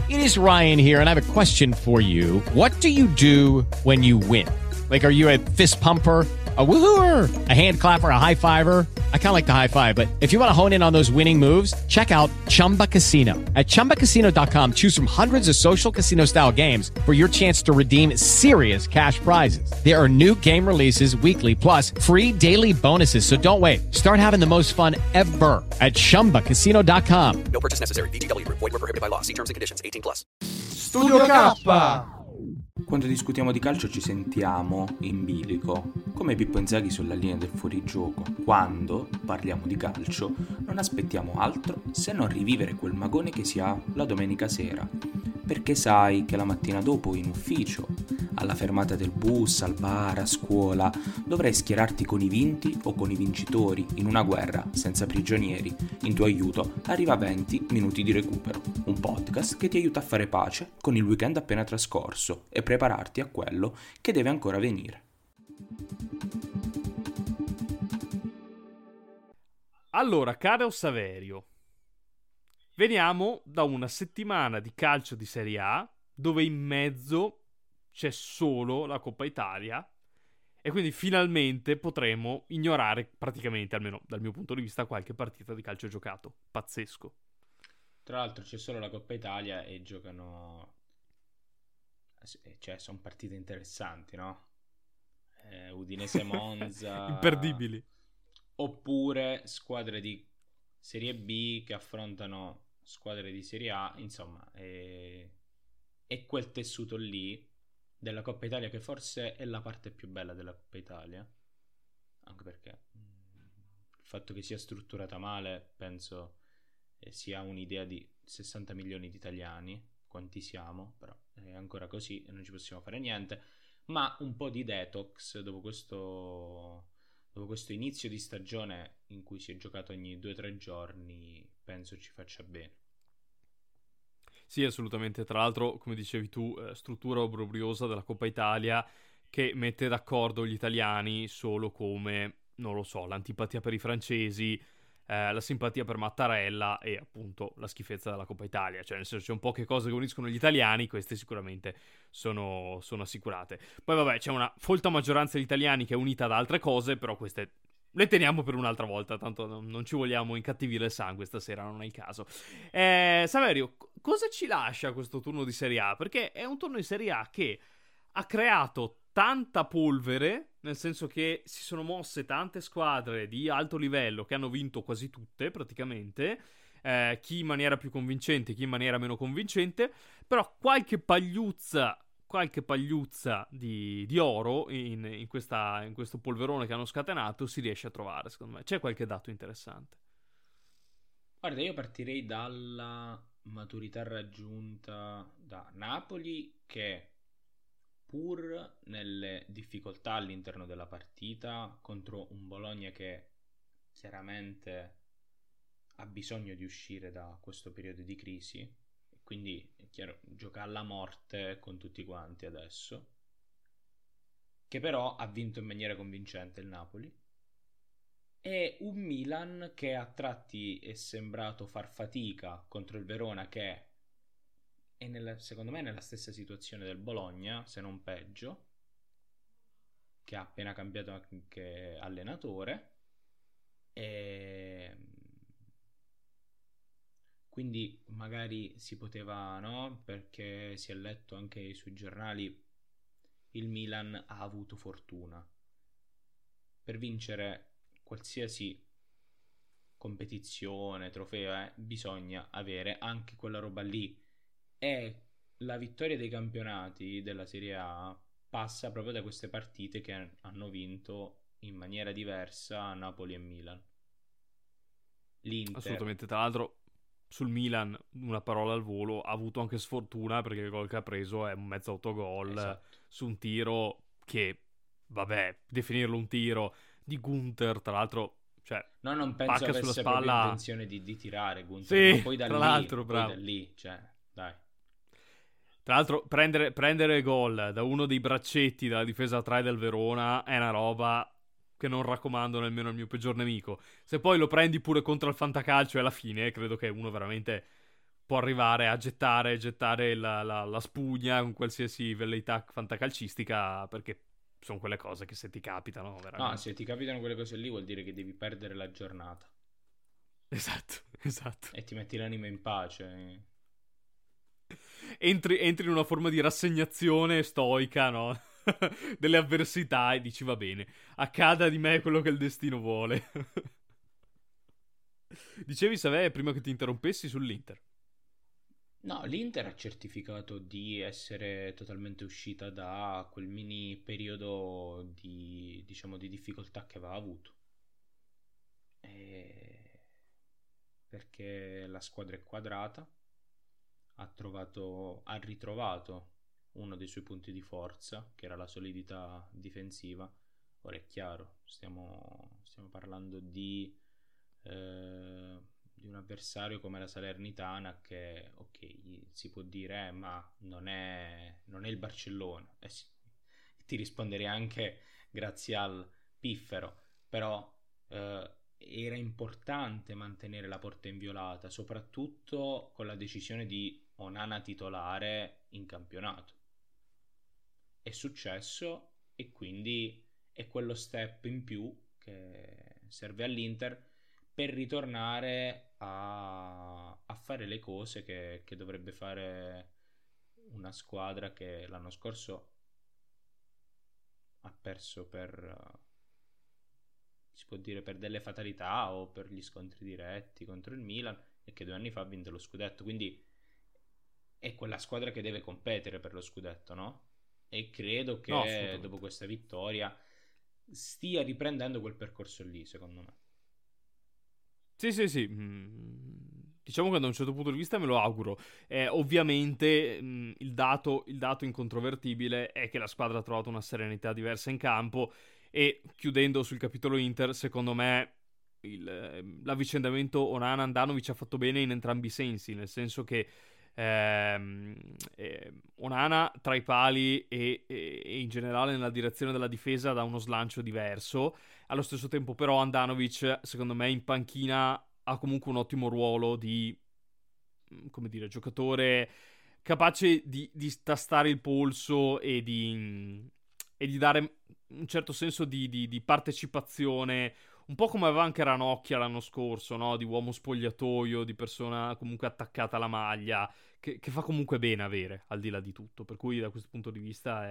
It is Ryan here, and I have a question for you. What do you do when you win? Like, are you a fist pumper, a woohooer, a hand clapper, a high fiver? I kind of like the high five, but if you want to hone in on those winning moves, check out Chumba Casino. At ChumbaCasino.com, choose from hundreds of social casino style games for your chance to redeem serious cash prizes. There are new game releases weekly, plus free daily bonuses. So don't wait. Start having the most fun ever at ChumbaCasino.com. No purchase necessary. VGW Group. Void where prohibited by law. See terms and conditions. 18+. Studio K! Quando discutiamo di calcio ci sentiamo in bilico, come Pippo Inzaghi sulla linea del fuorigioco. Quando parliamo di calcio non aspettiamo altro se non rivivere quel magone che si ha la domenica sera, perché sai che la mattina dopo in ufficio, alla fermata del bus, al bar, a scuola, dovrai schierarti con i vinti o con i vincitori in una guerra senza prigionieri. In tuo aiuto arriva 20 minuti di recupero, un podcast che ti aiuta a fare pace con il weekend appena trascorso e prepararti a quello che deve ancora venire. Allora, caro Saverio, veniamo da una settimana di calcio di Serie A dove in mezzo c'è solo la Coppa Italia e quindi finalmente potremo ignorare praticamente, almeno dal mio punto di vista, qualche partita di calcio giocato. Pazzesco. Tra l'altro c'è solo la Coppa Italia e giocano, cioè sono partite interessanti, no? Udinese Monza imperdibili, oppure squadre di Serie B che affrontano squadre di Serie A, insomma, e quel tessuto lì della Coppa Italia che forse è la parte più bella della Coppa Italia, anche perché il fatto che sia strutturata male penso sia un'idea di 60 milioni di italiani, quanti siamo, però è ancora così e non ci possiamo fare niente, ma un po' di detox dopo questo inizio di stagione in cui si è giocato ogni 2-3 giorni penso ci faccia bene. Sì, assolutamente. Tra l'altro, come dicevi tu, struttura obbrobriosa della Coppa Italia che mette d'accordo gli italiani solo come, non lo so, l'antipatia per i francesi, la simpatia per Mattarella e appunto la schifezza della Coppa Italia. Cioè, nel senso, c'è un po' che cose che uniscono gli italiani, queste sicuramente sono assicurate. Poi vabbè, c'è una folta maggioranza di italiani che è unita da altre cose, però queste le teniamo per un'altra volta, tanto non ci vogliamo incattivire il sangue stasera, non è il caso. Saverio, cosa ci lascia questo turno di Serie A? Perché è un turno di Serie A che ha creato tanta polvere, nel senso che si sono mosse tante squadre di alto livello che hanno vinto quasi tutte, praticamente, chi in maniera più convincente, chi in maniera meno convincente, però qualche pagliuzza di oro in questo polverone che hanno scatenato si riesce a trovare, secondo me. C'è qualche dato interessante. Guarda, io partirei dalla maturità raggiunta da Napoli, che pur nelle difficoltà all'interno della partita contro un Bologna che chiaramente ha bisogno di uscire da questo periodo di crisi, quindi è chiaro, gioca alla morte con tutti quanti adesso, che però ha vinto in maniera convincente il Napoli, e un Milan che a tratti è sembrato far fatica contro il Verona, che è secondo me nella stessa situazione del Bologna, se non peggio, che ha appena cambiato anche allenatore, e quindi magari si poteva, no? Perché si è letto anche sui giornali, il Milan ha avuto fortuna. Per vincere qualsiasi competizione, trofeo, bisogna avere anche quella roba lì. E la vittoria dei campionati della Serie A passa proprio da queste partite che hanno vinto in maniera diversa Napoli e Milan. L'Inter, assolutamente. Tra l'altro sul Milan, una parola al volo, ha avuto anche sfortuna perché il gol che ha preso è un mezzo autogol, esatto, su un tiro che, vabbè, definirlo un tiro di Gunther, tra l'altro, cioè, no, non penso avesse sulla proprio spalla intenzione di tirare Gunther, sì, ma poi da tra lì, l'altro, poi bravo, da lì, cioè, dai. Tra l'altro prendere gol da uno dei braccetti della difesa 3 del Verona è una roba che non raccomando nemmeno al mio peggior nemico. Se poi lo prendi pure contro il fantacalcio e alla fine credo che uno veramente può arrivare a gettare la spugna con qualsiasi velleità fantacalcistica, perché sono quelle cose che se ti capitano veramente. No, se ti capitano quelle cose lì vuol dire che devi perdere la giornata Esatto. e ti metti l'anima in pace. Entri in una forma di rassegnazione stoica, no? Delle avversità, e dici va bene, accada di me quello che il destino vuole. Dicevi, Savè, prima che ti interrompessi, sull'Inter. No, l'Inter ha certificato di essere totalmente uscita da quel mini periodo di, diciamo, di difficoltà che aveva avuto. Perché la squadra è quadrata, ha ritrovato uno dei suoi punti di forza, che era la solidità difensiva. Ora è chiaro, stiamo parlando di un avversario come la Salernitana che, ok, si può dire, ma non è il Barcellona. Sì, ti risponderei anche grazie al piffero, però era importante mantenere la porta inviolata, soprattutto con la decisione di Onana titolare in campionato. È successo e quindi è quello step in più che serve all'Inter per ritornare a fare le cose che dovrebbe fare una squadra che l'anno scorso ha perso si può dire, per delle fatalità o per gli scontri diretti contro il Milan, e che 2 anni fa ha vinto lo scudetto. Quindi è quella squadra che deve competere per lo scudetto, no? E credo che dopo questa vittoria stia riprendendo quel percorso lì, secondo me. Sì. Diciamo che da un certo punto di vista me lo auguro. Ovviamente il dato incontrovertibile è che la squadra ha trovato una serenità diversa in campo, e chiudendo sul capitolo Inter, secondo me l'avvicendamento Onana-Andanovic ha fatto bene in entrambi i sensi, nel senso che Onana tra i pali e in generale nella direzione della difesa dà uno slancio diverso. Allo stesso tempo però Andanovic, secondo me, in panchina ha comunque un ottimo ruolo di, come dire, giocatore capace di tastare il polso e di dare un certo senso di partecipazione, un po' come aveva anche Ranocchia l'anno scorso, no? Di uomo spogliatoio, di persona comunque attaccata alla maglia, che fa comunque bene avere, al di là di tutto. Per cui da questo punto di vista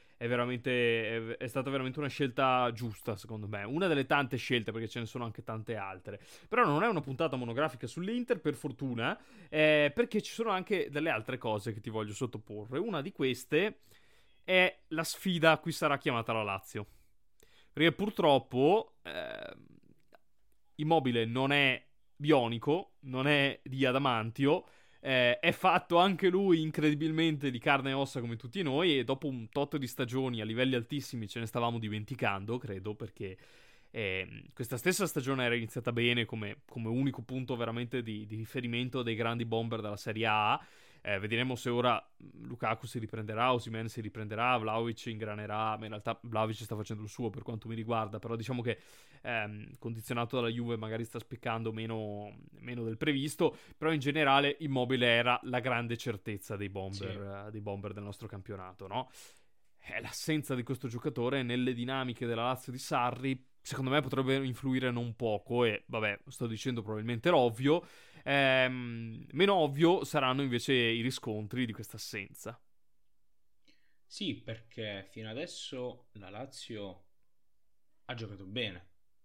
è stata veramente una scelta giusta, secondo me. Una delle tante scelte, perché ce ne sono anche tante altre. Però non è una puntata monografica sull'Inter, per fortuna, perché ci sono anche delle altre cose che ti voglio sottoporre. Una di queste è la sfida a cui sarà chiamata la Lazio. Perché purtroppo Immobile non è bionico, non è di adamantio, è fatto anche lui incredibilmente di carne e ossa come tutti noi, e dopo un tot di stagioni a livelli altissimi ce ne stavamo dimenticando, credo, perché questa stessa stagione era iniziata bene come unico punto veramente di riferimento dei grandi bomber della Serie A. Vedremo se ora Lukaku si riprenderà, Osimhen si riprenderà, Vlahovic ingranerà. Ma in realtà Vlahovic sta facendo il suo per quanto mi riguarda, però diciamo che condizionato dalla Juve magari sta spiccando meno del previsto. Però in generale Immobile era la grande certezza dei bomber, sì, dei bomber del nostro campionato, no? L'assenza di questo giocatore nelle dinamiche della Lazio di Sarri secondo me potrebbe influire non poco, e vabbè, sto dicendo probabilmente l'ovvio. Meno ovvio saranno invece i riscontri di questa assenza. Sì, perché fino adesso la Lazio ha giocato bene,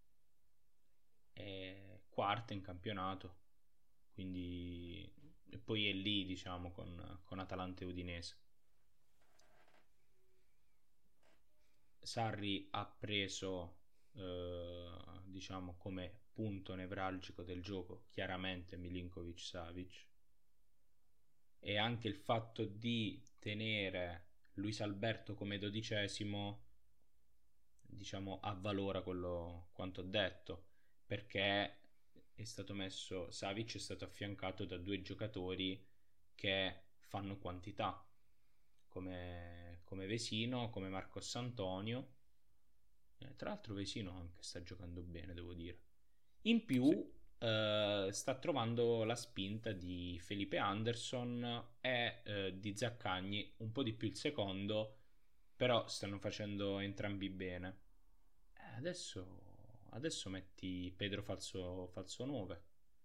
è quarta in campionato, quindi, e poi è lì, diciamo, con Atalanta e Udinese. Sarri ha preso diciamo come punto nevralgico del gioco chiaramente Milinkovic-Savic, e anche il fatto di tenere Luis Alberto come 12°, diciamo, avvalora quanto ho detto, perché è stato messo, Savic è stato affiancato da 2 giocatori che fanno quantità, come Vesino, come Marcos Antonio. Tra l'altro Vesino anche sta giocando bene, devo dire. In più, sì, sta trovando la spinta di Felipe Anderson e di Zaccagni, un po' di più il secondo, però stanno facendo entrambi bene. Adesso metti Pedro falso 9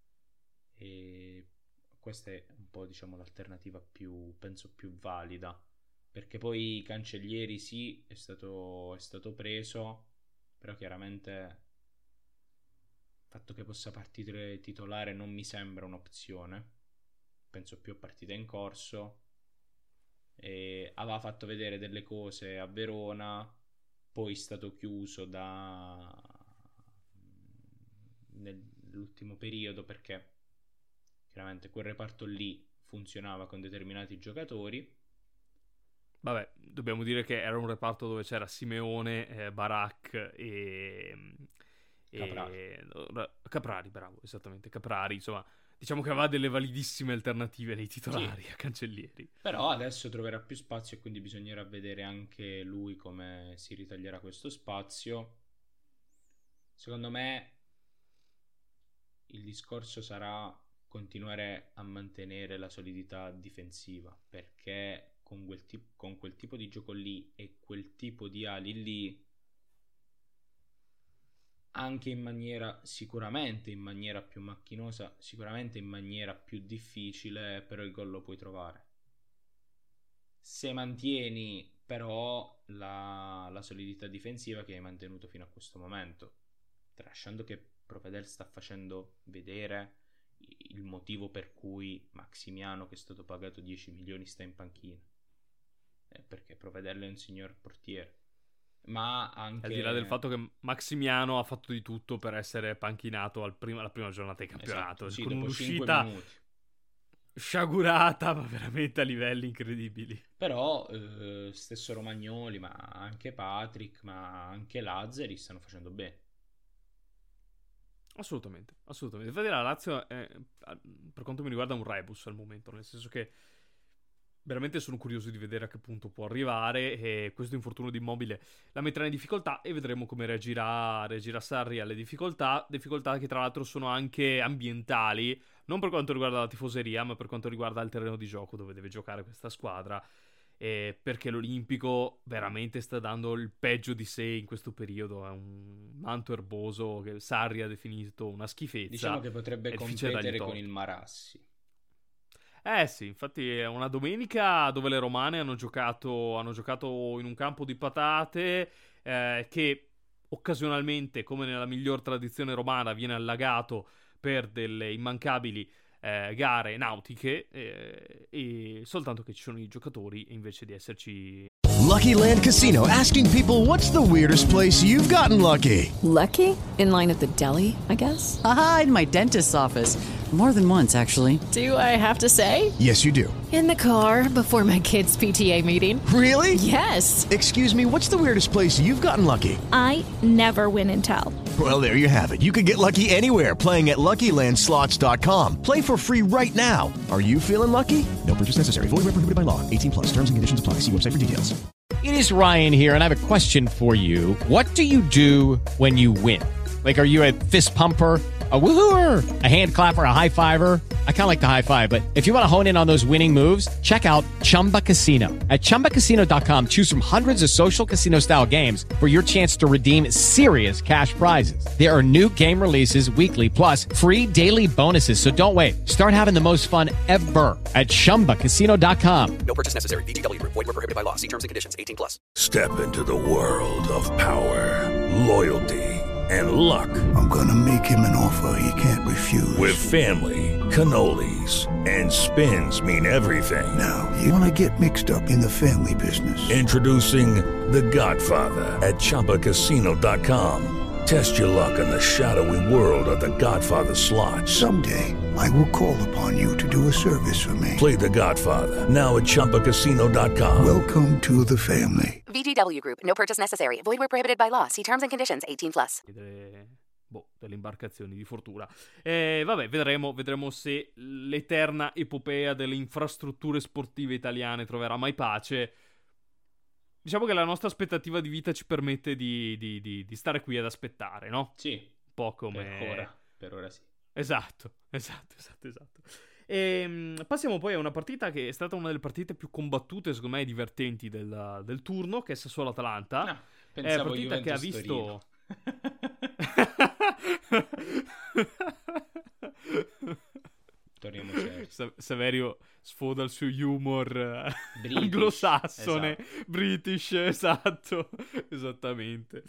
e questa è un po', diciamo, l'alternativa penso più valida, perché poi Cancellieri sì, è stato preso, però chiaramente il fatto che possa partire titolare non mi sembra un'opzione, penso più a partita in corso. E aveva fatto vedere delle cose a Verona, poi è stato chiuso nell'ultimo periodo perché chiaramente quel reparto lì funzionava con determinati giocatori. Vabbè, dobbiamo dire che era un reparto dove c'era Simeone, Barak e Caprari, bravo, esattamente, Caprari, insomma, diciamo che aveva delle validissime alternative nei titolari, sì, a Cancellieri. Però adesso troverà più spazio e quindi bisognerà vedere anche lui come si ritaglierà questo spazio. Secondo me il discorso sarà continuare a mantenere la solidità difensiva, perché con quel tipo di gioco lì e quel tipo di ali lì, anche sicuramente in maniera più macchinosa, sicuramente in maniera più difficile, però il gol lo puoi trovare. Se mantieni però la solidità difensiva che hai mantenuto fino a questo momento, tralasciando che Provedel sta facendo vedere il motivo per cui Maximiano, che è stato pagato 10 milioni, sta in panchina, perché Provedel è un signor portiere. Ma anche al di là del fatto che Maximiano ha fatto di tutto per essere panchinato alla prima giornata di campionato, esatto, sì, con dopo un'uscita 5 minuti sciagurata, ma veramente a livelli incredibili. Però stesso Romagnoli, ma anche Patrick, ma anche Lazzari stanno facendo bene. Assolutamente. Infatti la Lazio è, per quanto mi riguarda, un rebus al momento, nel senso che veramente sono curioso di vedere a che punto può arrivare, e questo infortunio di Immobile la metterà in difficoltà e vedremo come reagirà Sarri alle difficoltà che tra l'altro sono anche ambientali, non per quanto riguarda la tifoseria, ma per quanto riguarda il terreno di gioco dove deve giocare questa squadra, perché l'Olimpico veramente sta dando il peggio di sé in questo periodo. È un manto erboso che Sarri ha definito una schifezza. Diciamo che potrebbe competere con il Marassi. Sì, infatti è una domenica dove le romane hanno giocato in un campo di patate, che occasionalmente, come nella miglior tradizione romana, viene allagato per delle immancabili gare nautiche, e soltanto che ci sono i giocatori invece di esserci. Lucky Land Casino, asking people, what's the weirdest place you've gotten lucky? Lucky? In line at the deli, I guess? Aha, in my dentist's office. More than once, actually. Do I have to say? Yes, you do. In the car before my kids' PTA meeting. Really? Yes. Excuse me, what's the weirdest place you've gotten lucky? I never win and tell. Well, there you have it. You can get lucky anywhere, playing at LuckyLandSlots.com. Play for free right now. Are you feeling lucky? No purchase necessary. Void where prohibited by law. 18 plus. Terms and conditions apply. See website for details. It is Ryan here, and I have a question for you. What do you do when you win? Like, are you a fist pumper, a woohooer, a hand clapper, a high fiver? I kind of like the high five, but if you want to hone in on those winning moves, check out Chumba Casino. At ChumbaCasino.com, choose from hundreds of social casino-style games for your chance to redeem serious cash prizes. There are new game releases weekly, plus free daily bonuses. So don't wait. Start having the most fun ever at ChumbaCasino.com. No purchase necessary. VGW Group. Void where prohibited by law. See terms and conditions. 18 plus. Step into the world of power, loyalty, and luck. I'm gonna make him an offer he can't refuse. With family, cannolis, and spins mean everything. Now, you wanna get mixed up in the family business. Introducing The Godfather at ChumbaCasino.com. Test your luck in the shadowy world of The Godfather slot. Someday, I will call upon you to do a service for me. Play The Godfather, now at ChumbaCasino.com. Welcome to the family. VGW Group. No purchase necessary. Void where prohibited by law. See terms and conditions. 18 plus. Delle imbarcazioni di fortuna. Vabbè, vedremo se l'eterna epopea delle infrastrutture sportive italiane troverà mai pace. Diciamo che la nostra aspettativa di vita ci permette di stare qui ad aspettare, no? Sì. Un po' come... Per ora sì. Esatto. Passiamo poi a una partita che è stata una delle partite più combattute, secondo me, e divertenti del turno, che è Sassuolo-Atalanta. No, è una pensavo partita che ha Juventus visto... Torniamo seri. Saverio sfoda il suo humor British, anglosassone, esatto. British, esatto, esattamente.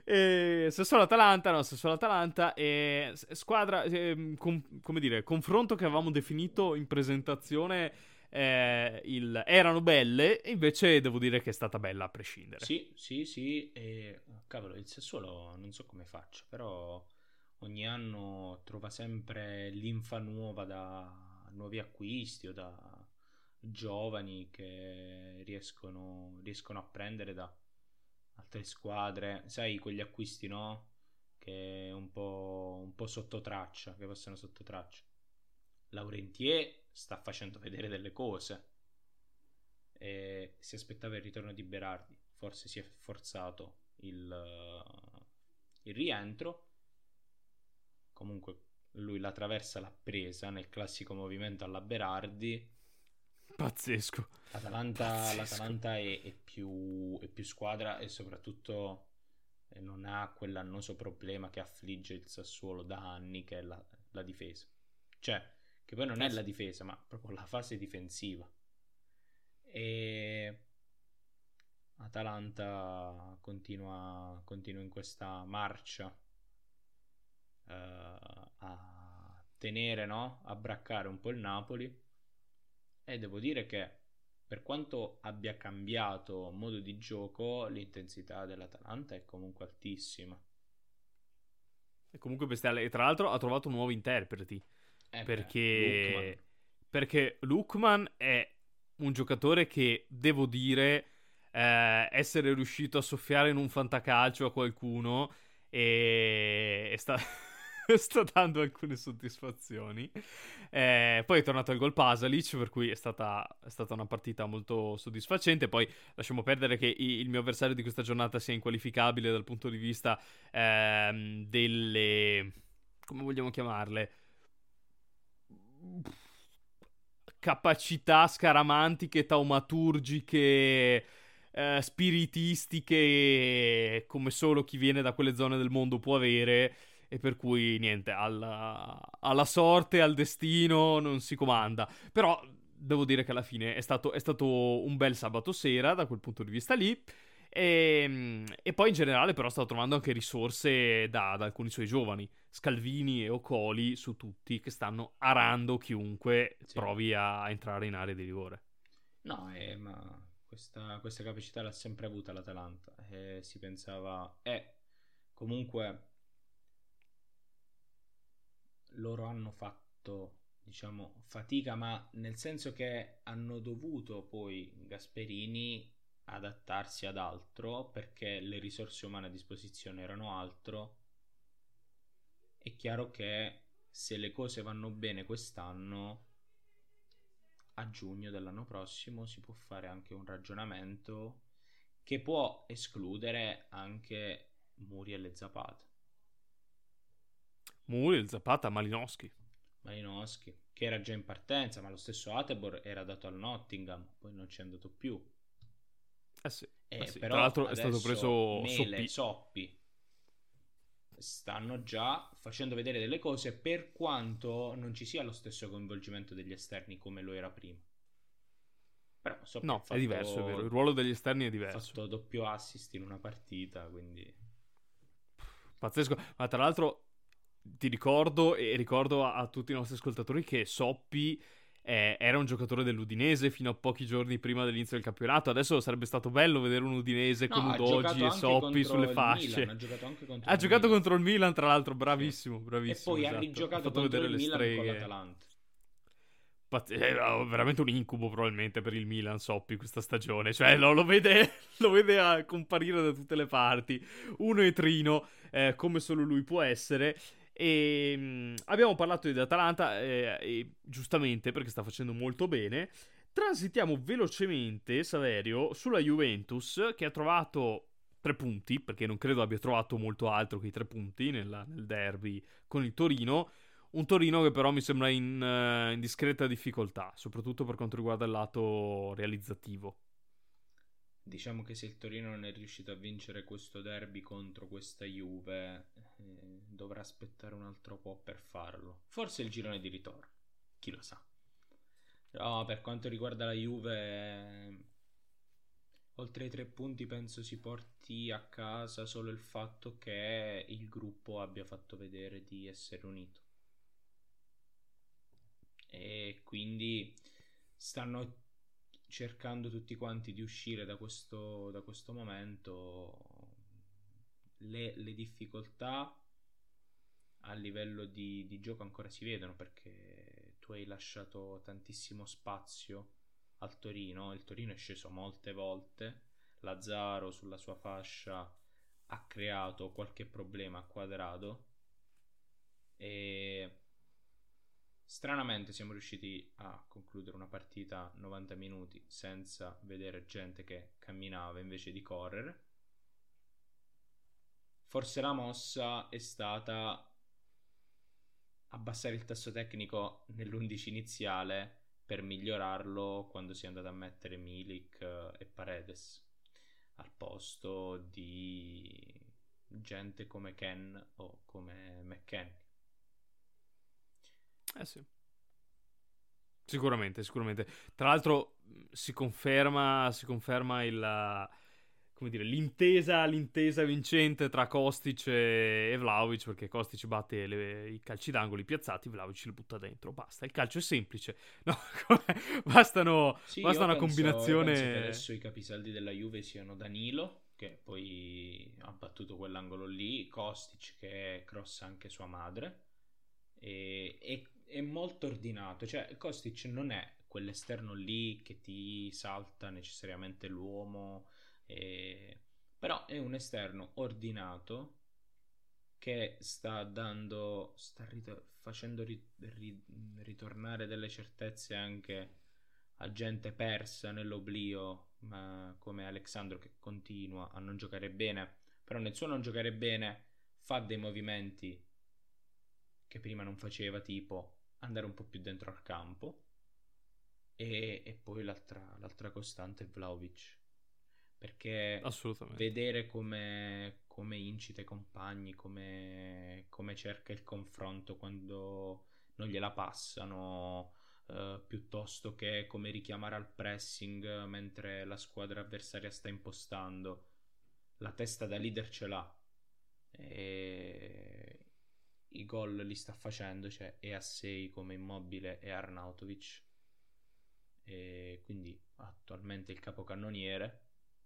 Sassuolo-Atalanta è squadra, come dire, confronto che avevamo definito in presentazione, erano belle, e invece devo dire che è stata bella a prescindere. Sì, e cavolo, il Sassuolo non so come faccia, però ogni anno trova sempre linfa nuova da nuovi acquisti o da giovani che riescono a prendere da altre squadre, sai, quegli acquisti, no? Che un po' sotto traccia, che passano sotto traccia. Laurentier sta facendo vedere delle cose e si aspettava il ritorno di Berardi, forse si è forzato il rientro. Comunque lui la traversa l'ha presa nel classico movimento alla Berardi. Pazzesco. L'Atalanta è più squadra e soprattutto non ha quell'annoso problema che affligge il Sassuolo da anni, che è la difesa. Cioè, che poi non è la difesa, ma proprio la fase difensiva. E Atalanta continua in questa marcia a tenere, no? A braccare un po' il Napoli. E devo dire che per quanto abbia cambiato modo di gioco, l'intensità dell'Atalanta è comunque altissima. È comunque bestiale. E tra l'altro ha trovato nuovi interpreti. Perché Lookman è un giocatore che, devo dire, essere riuscito a soffiare in un fantacalcio a qualcuno e sta dando alcune soddisfazioni. Poi è tornato il gol Pasalic, per cui è stata una partita molto soddisfacente. Poi lasciamo perdere che il mio avversario di questa giornata sia inqualificabile dal punto di vista delle, come vogliamo chiamarle, capacità scaramantiche, taumaturgiche, spiritistiche, come solo chi viene da quelle zone del mondo può avere. E per cui niente, alla sorte, al destino non si comanda. Però devo dire che alla fine è stato un bel sabato sera da quel punto di vista lì. E poi in generale però sta trovando anche risorse da alcuni suoi giovani, Scalvini e Ocoli, su tutti, che stanno arando chiunque provi a entrare in area di rigore. No, ma questa capacità l'ha sempre avuta l'Atalanta. Si pensava... comunque... loro hanno fatto, diciamo, fatica, ma nel senso che hanno dovuto poi Gasperini adattarsi ad altro, perché le risorse umane a disposizione erano altro. È chiaro che se le cose vanno bene quest'anno, a giugno dell'anno prossimo si può fare anche un ragionamento che può escludere anche Muriel e Zapata. Muriel, Zapata, Malinowski, che era già in partenza, ma lo stesso Atebor era dato al Nottingham, poi non ci è andato più. Sì. Però tra l'altro è stato preso Mele, Soppi stanno già facendo vedere delle cose, per quanto non ci sia lo stesso coinvolgimento degli esterni come lo era prima. Però Soppi è diverso, è vero, il ruolo degli esterni è diverso. Ha fatto doppio assist in una partita, quindi pazzesco. Ma tra l'altro ti ricordo a tutti i nostri ascoltatori che Soppi era un giocatore dell'Udinese fino a pochi giorni prima dell'inizio del campionato. Adesso sarebbe stato bello vedere un Udinese con Udogi e Soppi sulle fasce. Ha giocato contro il Milan, tra l'altro, bravissimo. E poi ha rigiocato contro il Milan con l'Atalanta. Veramente un incubo probabilmente per il Milan Soppi questa stagione, cioè lo vede a comparire da tutte le parti, uno etrino come solo lui può essere. E abbiamo parlato di Atalanta e giustamente, perché sta facendo molto bene. Transitiamo velocemente, Saverio, sulla Juventus, che ha trovato 3 punti, perché non credo abbia trovato molto altro che i 3 punti nel derby con il Torino. Un Torino che però mi sembra in discreta difficoltà, soprattutto per quanto riguarda il lato realizzativo. Diciamo che se il Torino non è riuscito a vincere questo derby contro questa Juve, dovrà aspettare un altro po' per farlo. Forse il girone di ritorno, chi lo sa. Però per quanto riguarda la Juve, oltre ai 3 punti penso si porti a casa solo il fatto che il gruppo abbia fatto vedere di essere unito. E quindi stanno cercando tutti quanti di uscire da questo momento. Le difficoltà a livello di gioco ancora si vedono, perché tu hai lasciato tantissimo spazio al Torino. Il Torino è sceso molte volte, Lazzaro sulla sua fascia ha creato qualche problema a Quadrado e stranamente siamo riusciti a concludere una partita 90 minuti senza vedere gente che camminava invece di correre. Forse la mossa è stata abbassare il tasso tecnico nell'11 iniziale per migliorarlo quando si è andato a mettere Milik e Paredes al posto di gente come Ken o come McKennie. Sì. Sicuramente. Tra l'altro si conferma l'intesa vincente tra Kostic e Vlahovic, perché Kostic batte i calci d'angolo piazzati, Vlahovic li butta dentro, basta, il calcio è semplice, no? basta una combinazione. Penso che adesso i capisaldi della Juve siano Danilo, che poi ha battuto quell'angolo lì, Kostic che crossa anche sua madre, e è molto ordinato. Cioè Kostic non è quell'esterno lì che ti salta necessariamente l'uomo, però è un esterno ordinato che sta facendo ritornare delle certezze anche a gente persa nell'oblio, come Alexandro, che continua a non giocare bene, però nel suo non giocare bene fa dei movimenti che prima non faceva, tipo andare un po' più dentro al campo, e poi l'altra costante è Vlahovic, perché vedere come incita i compagni, come cerca il confronto quando non gliela passano, piuttosto che come richiamare al pressing mentre la squadra avversaria sta impostando. La testa da leader ce l'ha, e i gol li sta facendo, cioè è a 6 come Immobile e Arnautovic, e quindi attualmente il capocannoniere.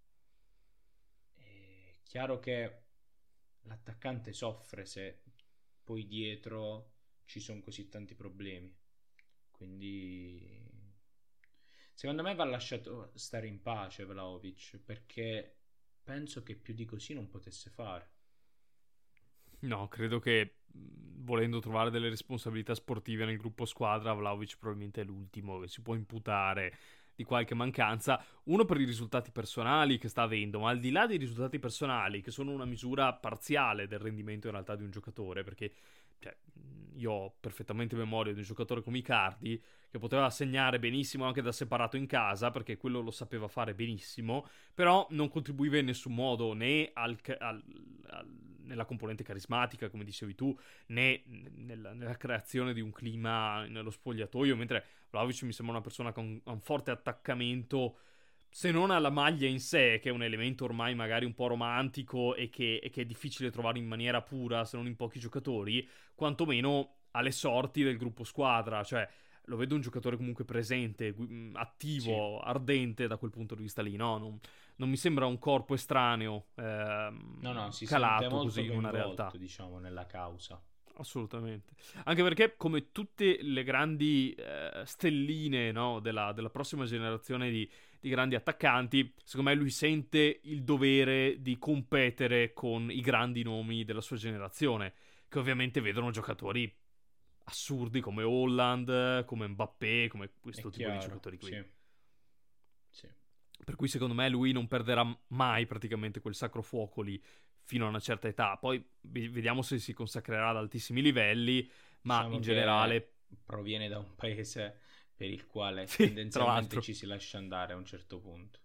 È chiaro che l'attaccante soffre se poi dietro ci sono così tanti problemi, quindi secondo me va lasciato stare in pace Vlahovic, perché penso che più di così non potesse fare. No, credo che volendo trovare delle responsabilità sportive nel gruppo squadra, Vlahovic probabilmente è l'ultimo che si può imputare di qualche mancanza, uno per i risultati personali che sta avendo, ma al di là dei risultati personali, che sono una misura parziale del rendimento in realtà di un giocatore, perché io ho perfettamente memoria di un giocatore come Icardi che poteva segnare benissimo anche da separato in casa, perché quello lo sapeva fare benissimo, però non contribuiva in nessun modo né nella componente carismatica, come dicevi tu, né nella creazione di un clima nello spogliatoio, mentre Vlahovic mi sembra una persona con un forte attaccamento, se non alla maglia in sé, che è un elemento ormai magari un po' romantico e che è difficile trovare in maniera pura, se non in pochi giocatori, quantomeno alle sorti del gruppo squadra. Cioè lo vedo un giocatore comunque presente, attivo, sì, ardente da quel punto di vista lì, no? Non mi sembra un corpo estraneo, si calato così in una realtà, diciamo, nella causa. Assolutamente. Anche perché, come tutte le grandi stelline, no, della prossima generazione di grandi attaccanti, secondo me lui sente il dovere di competere con i grandi nomi della sua generazione, che ovviamente vedono giocatori assurdi come Haaland, come Mbappé, come questo tipo di giocatori qui. Sì. Per cui secondo me lui non perderà mai praticamente quel sacro fuoco lì fino a una certa età. Poi vediamo se si consacrerà ad altissimi livelli, ma diciamo in che generale proviene da un paese per il quale Sì, tra tendenzialmente l'altro. ci si lascia andare a un certo punto.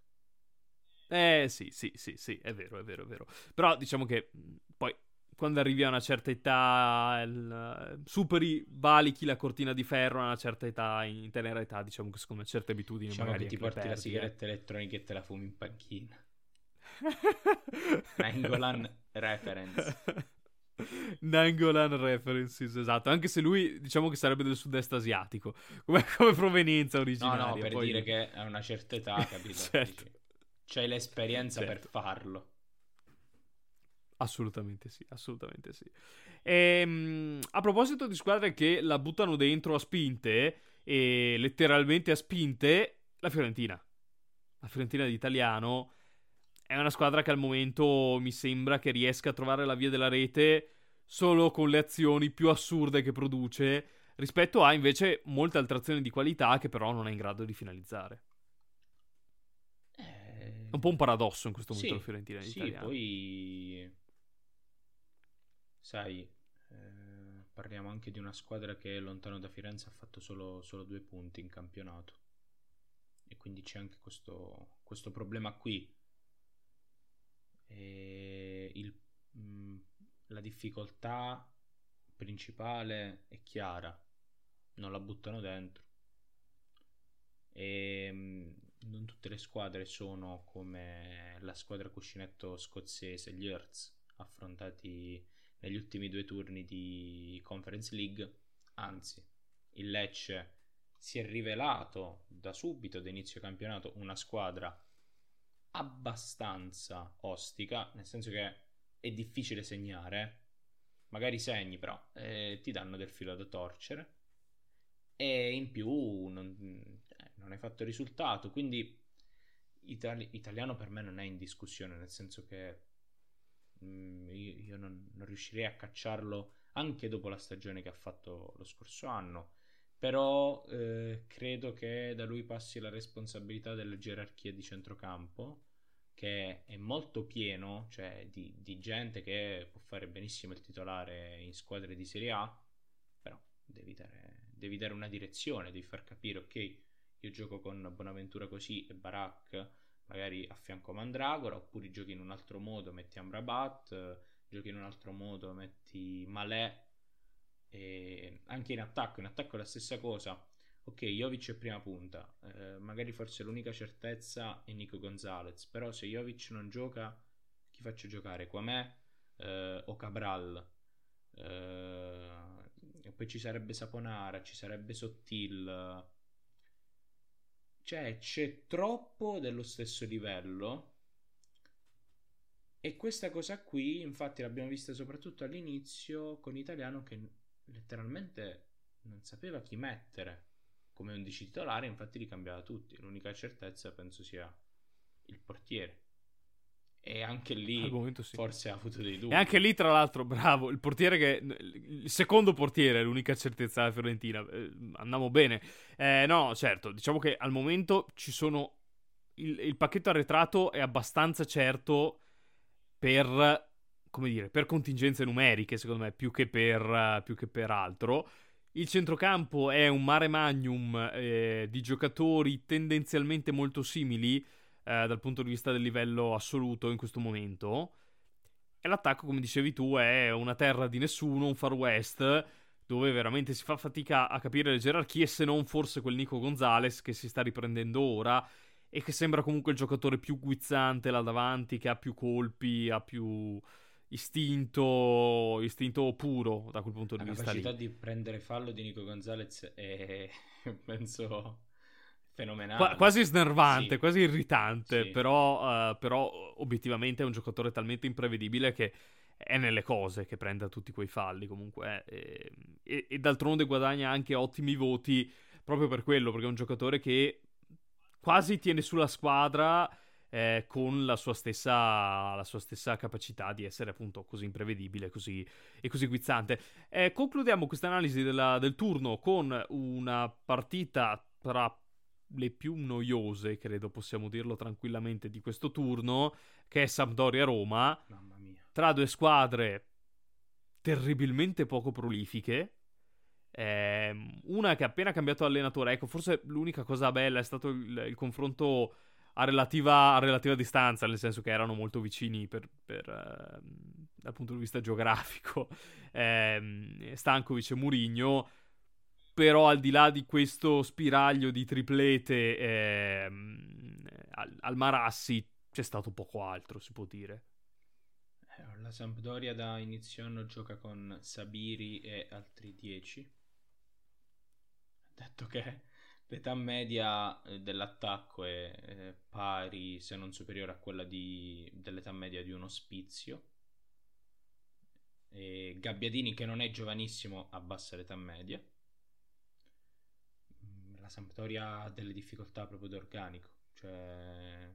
Sì, è vero. Però diciamo che poi quando arrivi a una certa età, superi, valichi la cortina di ferro a una certa età, in tenera età, diciamo che secondo me certe abitudini Diciamo magari che ti anche le porti la perdi, sigaretta elettronica e te la fumi in panchina. Nangolan reference. Nangolan references, esatto. Anche se lui, diciamo che sarebbe del sud-est asiatico come provenienza originaria. No, per poi... dire che a una certa età, capito? Certo. Dici, c'hai l'esperienza Certo. per farlo. Assolutamente sì. A proposito di squadre che la buttano dentro a spinte, e letteralmente a spinte, la Fiorentina. La Fiorentina di Italiano è una squadra che al momento mi sembra che riesca a trovare la via della rete solo con le azioni più assurde che produce, rispetto a invece molte altre azioni di qualità che però non è in grado di finalizzare. È un po' un paradosso in questo momento la Fiorentina di Italiano. Poi sai, parliamo anche di una squadra che lontano da Firenze ha fatto solo 2 punti in campionato, e quindi c'è anche questo problema qui. E la difficoltà principale è chiara: non la buttano dentro, e non tutte le squadre sono come la squadra cuscinetto scozzese, gli Hearts, affrontati negli ultimi 2 turni di Conference League. Anzi, il Lecce si è rivelato da subito, da inizio campionato, una squadra abbastanza ostica, nel senso che è difficile segnare, magari segni però ti danno del filo da torcere, e in più non hai fatto risultato, quindi Italiano per me non è in discussione, nel senso che io non riuscirei a cacciarlo anche dopo la stagione che ha fatto lo scorso anno. Però credo che da lui passi la responsabilità delle gerarchie di centrocampo, che è molto pieno, cioè di gente che può fare benissimo il titolare in squadre di Serie A, però devi dare una direzione, devi far capire: ok, io gioco con Bonaventura così e Barak magari a fianco Mandragora, oppure giochi in un altro modo, metti Amrabat, giochi in un altro modo, metti Malè. E anche in attacco è la stessa cosa. Ok, Jovic è prima punta, magari forse l'unica certezza è Nico Gonzalez, però se Jovic non gioca, chi faccio giocare? Quamè o Cabral? E poi ci sarebbe Saponara, ci sarebbe Sottil, cioè c'è troppo dello stesso livello. E questa cosa qui infatti l'abbiamo vista soprattutto all'inizio con Italiano, che letteralmente non sapeva chi mettere come 11 titolare, infatti li cambiava tutti. L'unica certezza penso sia il portiere, e anche lì forse ha avuto dei dubbi. E anche lì, tra l'altro, bravo, il portiere il secondo portiere è l'unica certezza della Fiorentina. Andiamo bene. No, certo, diciamo che al momento ci sono il pacchetto arretrato è abbastanza certo per, come dire, per contingenze numeriche, secondo me, più che per altro. Il centrocampo è un mare magnum di giocatori tendenzialmente molto simili dal punto di vista del livello assoluto in questo momento. E l'attacco, come dicevi tu, è una terra di nessuno, un Far West, dove veramente si fa fatica a capire le gerarchie, se non forse quel Nico Gonzalez che si sta riprendendo ora e che sembra comunque il giocatore più guizzante là davanti, che ha più colpi, ha più istinto puro da quel punto di vista lì. La capacità di prendere fallo di Nico Gonzalez è penso fenomenale, quasi snervante, sì, quasi irritante, sì. Però obiettivamente è un giocatore talmente imprevedibile che è nelle cose che prenda tutti quei falli comunque, e d'altronde guadagna anche ottimi voti proprio per quello, perché è un giocatore che quasi tiene sulla squadra con la sua stessa capacità di essere appunto così imprevedibile e così guizzante. Concludiamo questa analisi del turno con una partita tra le più noiose, credo possiamo dirlo tranquillamente, di questo turno, che è Sampdoria-Roma. Mamma mia. Tra 2 squadre terribilmente poco prolifiche, Una che ha appena cambiato allenatore. Ecco, forse l'unica cosa bella è stato il confronto a relativa distanza, nel senso che erano molto vicini dal punto di vista geografico, Stankovic e Mourinho. Però al di là di questo spiraglio di triplete al Marassi c'è stato poco altro, si può dire. La Sampdoria da inizio anno gioca con Sabiri e altri 10. Detto che l'età media dell'attacco è pari, se non superiore a quella dell'età media di un Ospizio. E Gabbiadini, che non è giovanissimo, abbassa l'età media. La Sampdoria ha delle difficoltà proprio d'organico, cioè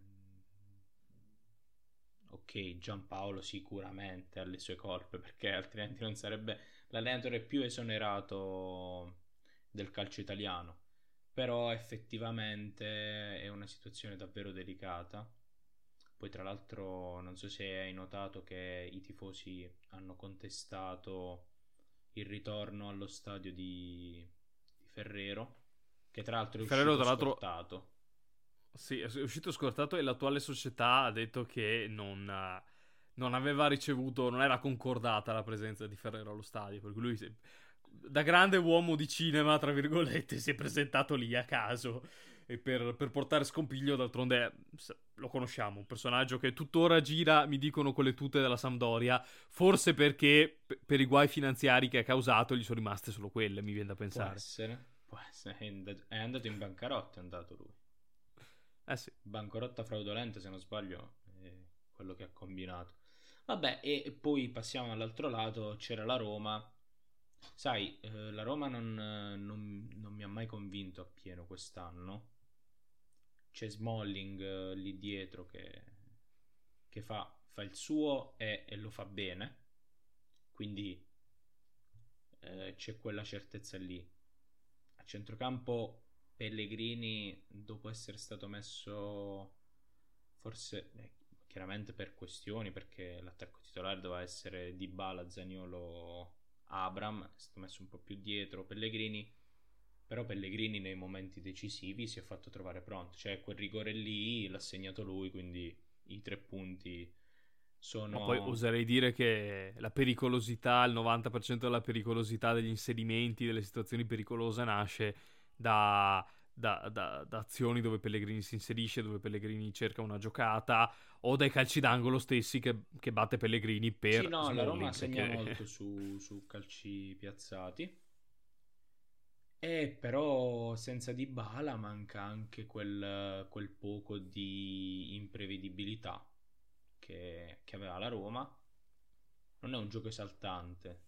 ok, Giampaolo sicuramente ha le sue colpe, perché altrimenti non sarebbe l'allenatore più esonerato del calcio italiano. Però effettivamente è una situazione davvero delicata. Poi tra l'altro non so se hai notato che i tifosi hanno contestato il ritorno allo stadio di Ferrero, che tra l'altro è uscito scortato. Sì, è uscito scortato, e l'attuale società ha detto che non aveva ricevuto, non era concordata la presenza di Ferrero allo stadio, per cui lui, da grande uomo di cinema, tra virgolette, si è presentato lì a caso e per portare scompiglio. D'altronde lo conosciamo, un personaggio che tuttora gira, mi dicono, con le tute della Sampdoria, forse perché per i guai finanziari che ha causato gli sono rimaste solo quelle, mi viene da pensare. Può essere, è andato in bancarotta, è andato lui. Sì. Bancarotta fraudolenta, se non sbaglio, è quello che ha combinato. Vabbè, e poi passiamo all'altro lato, c'era la Roma. Sai, la Roma non mi ha mai convinto appieno quest'anno. C'è Smalling lì dietro che fa il suo e lo fa bene, quindi c'è quella certezza lì. A centrocampo Pellegrini, dopo essere stato messo, forse chiaramente per questioni, perché l'attacco titolare doveva essere Dybala, Zaniolo, Abraham, è stato messo un po' più dietro Pellegrini. Però Pellegrini nei momenti decisivi si è fatto trovare pronto, cioè quel rigore lì l'ha segnato lui, quindi i 3 punti sono... Ma poi oserei dire che la pericolosità, il 90% della pericolosità degli inserimenti, delle situazioni pericolose, nasce da azioni dove Pellegrini si inserisce, dove Pellegrini cerca una giocata, o dai calci d'angolo stessi che batte Pellegrini per... Sì, no, Smalling, la Roma segna perché... molto su calci piazzati. Però senza Dybala manca anche quel poco di imprevedibilità che aveva la Roma. Non è un gioco esaltante,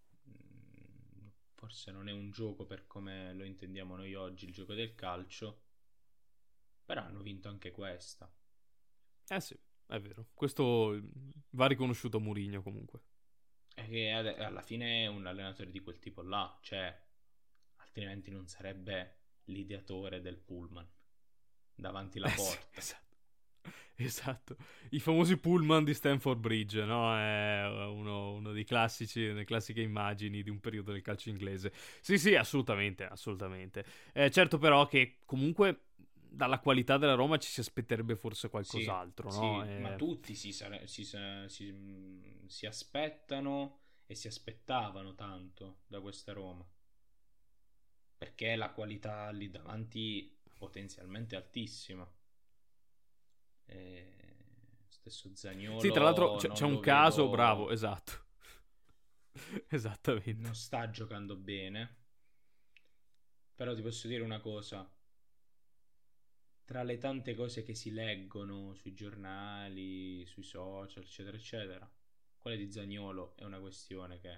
forse non è un gioco per come lo intendiamo noi oggi, il gioco del calcio, però hanno vinto anche questa. Sì, è vero, questo va riconosciuto a Mourinho comunque. E che alla fine è un allenatore di quel tipo là, cioè altrimenti non sarebbe l'ideatore del pullman davanti alla porta. Sì, esatto. I famosi pullman di Stamford Bridge, no? È uno dei classici, delle classiche immagini di un periodo del calcio inglese. Sì, assolutamente. Certo, però, che comunque dalla qualità della Roma ci si aspetterebbe forse qualcos'altro, sì, no? Sì, ma tutti si aspettano e si aspettavano tanto da questa Roma, perché la qualità lì davanti potenzialmente altissima. Stesso Zaniolo. Sì, tra l'altro c'è un caso, bravo, esatto. Esattamente. Non sta giocando bene. Però ti posso dire una cosa: tra le tante cose che si leggono sui giornali, sui social, eccetera eccetera, quella di Zaniolo è una questione che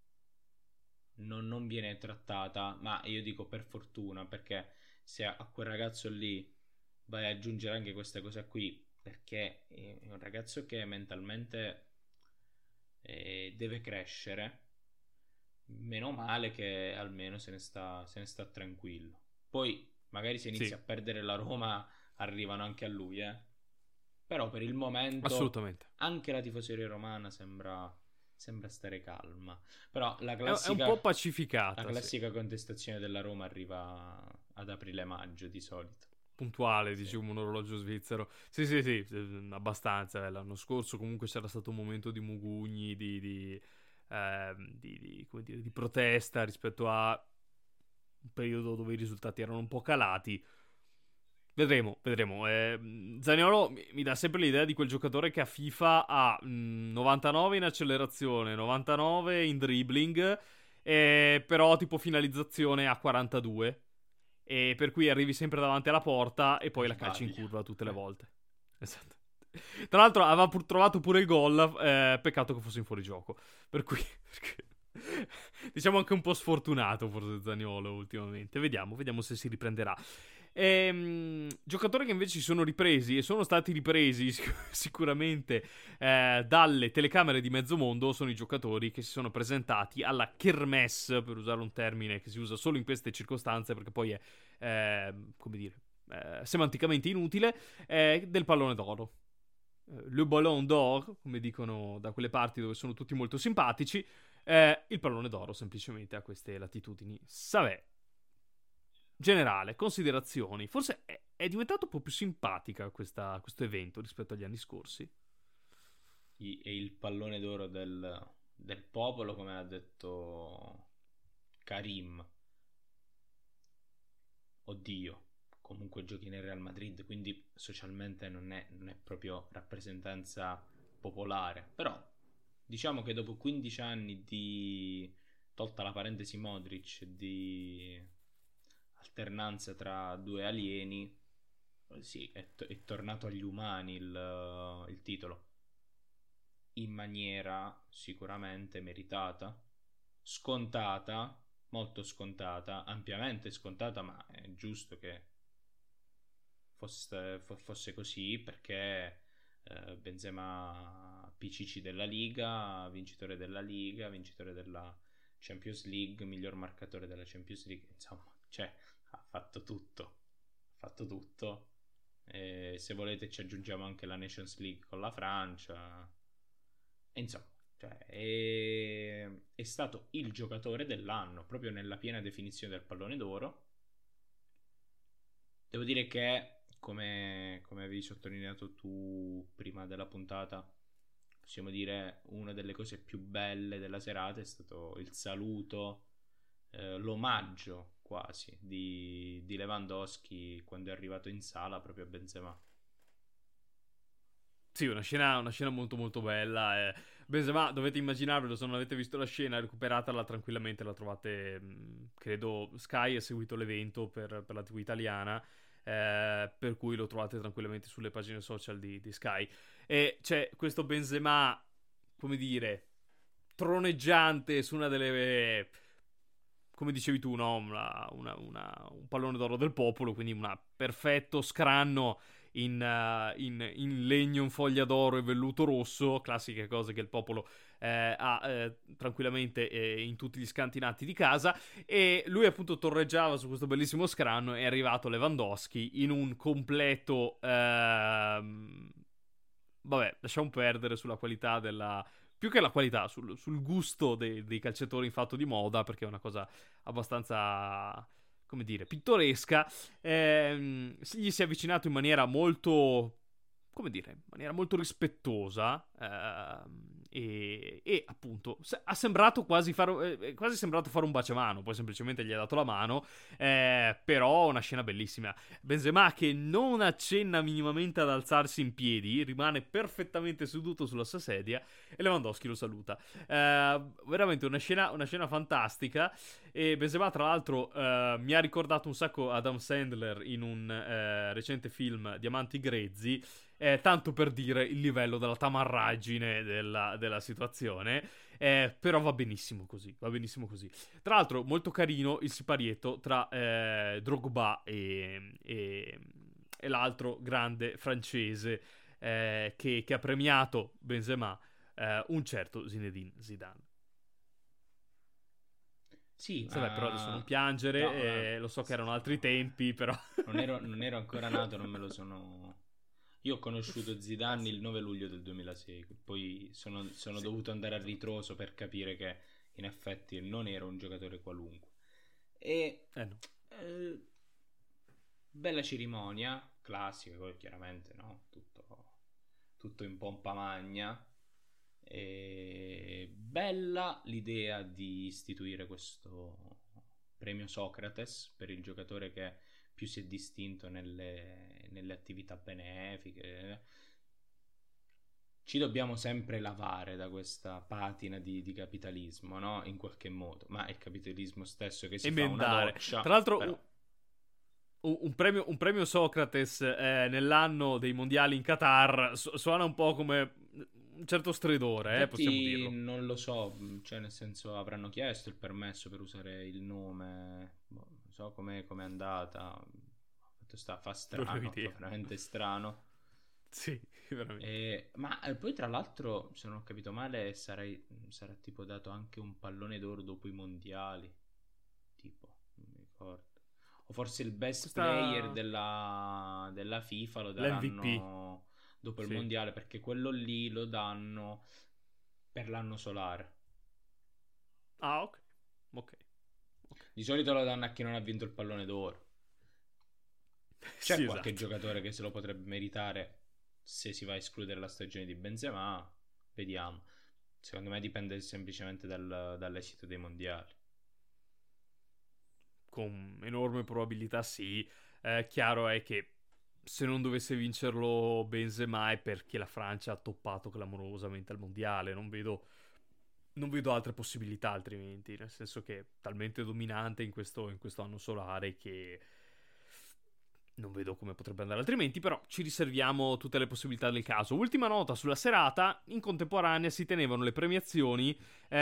non viene trattata, ma io dico per fortuna, perché se a quel ragazzo lì vai ad aggiungere anche questa cosa qui, perché è un ragazzo che mentalmente deve crescere, meno male che almeno se ne sta tranquillo. Poi magari se inizia a perdere la Roma arrivano anche a lui, però per il momento assolutamente anche la tifoseria romana sembra sembra stare calma. Però la È classica, un po' pacificata. la classica contestazione della Roma arriva ad aprile-maggio di solito. Puntuale, diciamo, un orologio svizzero. Sì, abbastanza. L'anno scorso comunque c'era stato un momento di mugugni, come dire, di protesta rispetto a un periodo dove i risultati erano un po' calati. Vedremo. Zaniolo mi dà sempre l'idea di quel giocatore che a FIFA ha 99 in accelerazione, 99 in dribbling, però tipo finalizzazione a 42. E per cui arrivi sempre davanti alla porta e poi la calci in curva tutte le volte. Esatto. Tra l'altro aveva trovato pure il gol, peccato che fosse in fuorigioco. Per cui diciamo anche un po' sfortunato forse Zaniolo ultimamente. Vediamo se si riprenderà. Giocatori che invece si sono ripresi e sono stati ripresi sicuramente dalle telecamere di mezzo mondo sono i giocatori che si sono presentati alla kermesse, per usare un termine che si usa solo in queste circostanze perché poi è come dire semanticamente inutile, del pallone d'oro. Le ballon d'or, come dicono da quelle parti dove sono tutti molto simpatici. Il pallone d'oro semplicemente a queste latitudini. Savè, generale, considerazioni. Forse è diventato un po' più simpatica questo evento rispetto agli anni scorsi. E il pallone d'oro del popolo, come ha detto Karim. Oddio, comunque giochi nel Real Madrid, quindi socialmente non è proprio rappresentanza popolare. Però diciamo che dopo 15 anni tolta la parentesi Modric, di alternanza tra due alieni, sì, è tornato agli umani il titolo, in maniera sicuramente meritata, scontata, molto scontata, ampiamente scontata, ma è giusto che fosse così, perché Benzema PCC della Liga, vincitore della Champions League, miglior marcatore della Champions League, insomma, cioè ha fatto tutto. E se volete ci aggiungiamo anche la Nations League con la Francia. E insomma, cioè, è stato il giocatore dell'anno, proprio nella piena definizione del pallone d'oro. Devo dire che, come avevi sottolineato tu prima della puntata, possiamo dire una delle cose più belle della serata è stato il saluto, l'omaggio quasi di Lewandowski quando è arrivato in sala proprio a Benzema. Sì, una scena molto molto bella. Benzema, dovete immaginarvelo, se non avete visto la scena, recuperatela tranquillamente, la trovate, credo Sky ha seguito l'evento per la TV italiana, per cui lo trovate tranquillamente sulle pagine social di Sky. E c'è questo Benzema, come dire, troneggiante su una delle, come dicevi tu, no? Un pallone d'oro del popolo, quindi un perfetto scranno in legno, in foglia d'oro e velluto rosso, classiche cose che il popolo ha tranquillamente in tutti gli scantinati di casa, e lui appunto torreggiava su questo bellissimo scranno. È arrivato Lewandowski in un completo vabbè, lasciamo perdere sulla qualità più che la qualità, sul gusto dei calciatori in fatto di moda, perché è una cosa abbastanza, come dire, pittoresca. Gli si è avvicinato in maniera molto, come dire, in maniera molto rispettosa, e appunto ha sembrato quasi sembrato fare un baciamano, poi semplicemente gli ha dato la mano, però una scena bellissima. Benzema che non accenna minimamente ad alzarsi in piedi, rimane perfettamente seduto sulla sua sedia e Lewandowski lo saluta. Veramente una scena fantastica. E Benzema tra l'altro mi ha ricordato un sacco Adam Sandler in un recente film Diamanti grezzi, tanto per dire il livello della tamarraggine della situazione, però va benissimo così. Tra l'altro molto carino il siparietto tra Drogba e l'altro grande francese che ha premiato Benzema, un certo Zinedine Zidane. Sì, vabbè, però adesso non piangere, lo so che erano altri tempi, però non ero ancora nato, non me lo sono Io ho conosciuto Zidane il 9 luglio del 2006, poi sono dovuto andare a ritroso per capire che in effetti non era un giocatore qualunque. E no. Bella cerimonia, classica, poi chiaramente no, tutto in pompa magna. E bella l'idea di istituire questo premio Socrates per il giocatore che più si è distinto nelle attività benefiche. Ci dobbiamo sempre lavare da questa patina di capitalismo, no? In qualche modo, ma è il capitalismo stesso che si fa una doccia. Tra l'altro però... un premio Socrates nell'anno dei mondiali in Qatar suona un po' come un certo stredore, possiamo dirlo. Non lo so, cioè nel senso avranno chiesto il permesso per usare il nome, non so com'è andata, fa strano, fa veramente strano. Sì, veramente. Ma poi tra l'altro, se non ho capito male, sarà tipo dato anche un pallone d'oro dopo i mondiali, tipo, non mi ricordo. O forse il best player della FIFA lo daranno l'MVP dopo il mondiale, perché quello lì lo danno per l'anno solare. Ah, ok. Di solito lo danno a chi non ha vinto il pallone d'oro. C'è qualche giocatore che se lo potrebbe meritare se si va a escludere la stagione di Benzema, vediamo. Secondo me dipende semplicemente dall'esito dei mondiali. Con enorme probabilità sì. Chiaro è che se non dovesse vincerlo Benzema è perché la Francia ha toppato clamorosamente al mondiale. Non vedo altre possibilità altrimenti, nel senso che è talmente dominante in questo anno solare che non vedo come potrebbe andare altrimenti, però ci riserviamo tutte le possibilità del caso. Ultima nota sulla serata: in contemporanea si tenevano le premiazioni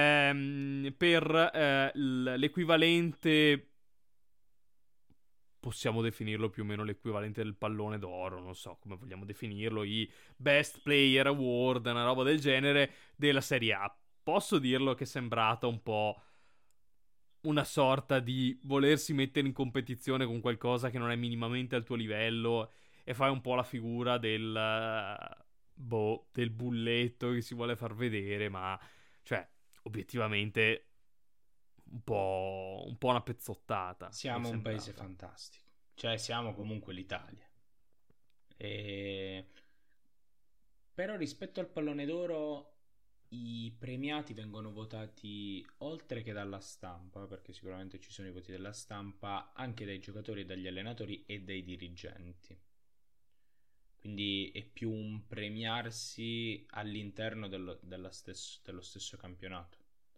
per l'equivalente, possiamo definirlo più o meno l'equivalente del pallone d'oro, non so come vogliamo definirlo, i Best Player Award, una roba del genere della Serie A. Posso dirlo che è sembrata un po' una sorta di volersi mettere in competizione con qualcosa che non è minimamente al tuo livello e fai un po' la figura del bulletto che si vuole far vedere, ma cioè obiettivamente un po' una pezzottata. Siamo un paese fantastico, cioè siamo comunque l'Italia. Però rispetto al pallone d'oro i premiati vengono votati oltre che dalla stampa, perché sicuramente ci sono i voti della stampa, anche dai giocatori e dagli allenatori e dai dirigenti. Quindi è più un premiarsi all'interno dello stesso campionato.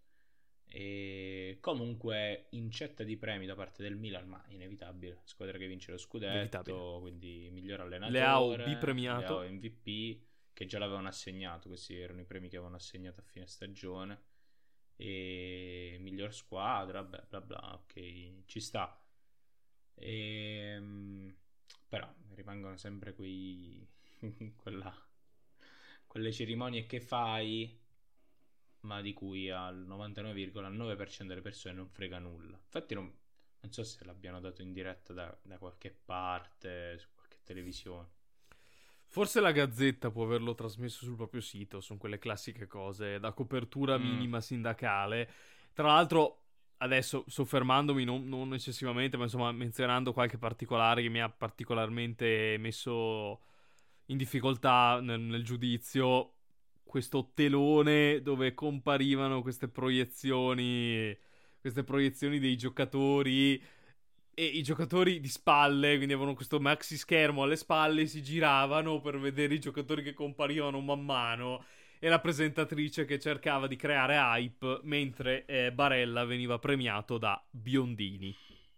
E comunque incetta di premi da parte del Milan, ma inevitabile, squadra che vince lo scudetto, quindi miglior allenatore, Leao bipremiato, Leao MVP, che già l'avevano assegnato. Questi erano i premi che avevano assegnato a fine stagione. E miglior squadra, bla bla bla, ok, ci sta. Però rimangono sempre quelle cerimonie che fai, ma di cui al 99,9% delle persone non frega nulla. Infatti non so se l'abbiano dato in diretta da qualche parte, su qualche televisione. Forse la Gazzetta può averlo trasmesso sul proprio sito. Sono quelle classiche cose da copertura minima sindacale. Tra l'altro, adesso soffermandomi non eccessivamente, ma insomma menzionando qualche particolare che mi ha particolarmente messo in difficoltà nel giudizio, questo telone dove comparivano queste proiezioni dei giocatori e i giocatori di spalle, quindi avevano questo maxi schermo alle spalle, si giravano per vedere i giocatori che comparivano man mano e la presentatrice che cercava di creare hype mentre Barella veniva premiato da Biondini.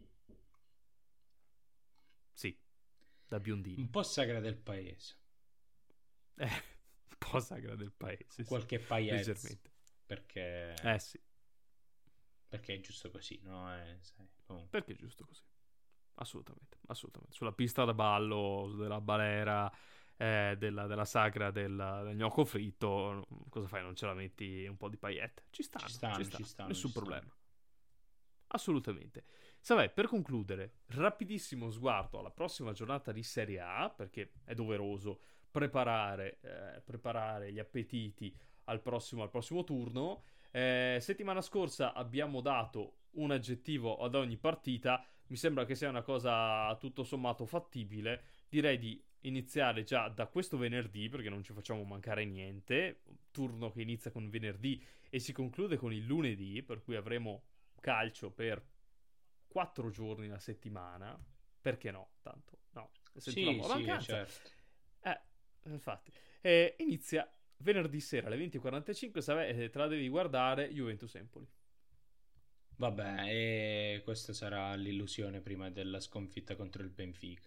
Sì, da Biondini. Un po' sagra del paese. Un po' sagra del paese. Qualche paese. Perché... sì. Perché è giusto così, no? Sai, perché è giusto così. Assolutamente. Sulla pista da ballo, della balera, della sagra del gnocco fritto, cosa fai? Non ce la metti un po' di paillette? Ci stanno. Nessun problema. Assolutamente. Vabbè, per concludere, rapidissimo sguardo alla prossima giornata di Serie A, perché è doveroso preparare gli appetiti al prossimo turno. Settimana scorsa abbiamo dato un aggettivo ad ogni partita. Mi sembra che sia una cosa tutto sommato fattibile. Direi di iniziare già da questo venerdì, perché non ci facciamo mancare niente. Turno che inizia con venerdì e si conclude con il lunedì, per cui avremo calcio per 4 giorni la settimana. Perché no? Tanto no, Sì, certo. Infatti inizia venerdì sera alle 20:45. Se te la devi guardare, Juventus-Empoli. Vabbè, e questa sarà l'illusione prima della sconfitta contro il Benfica.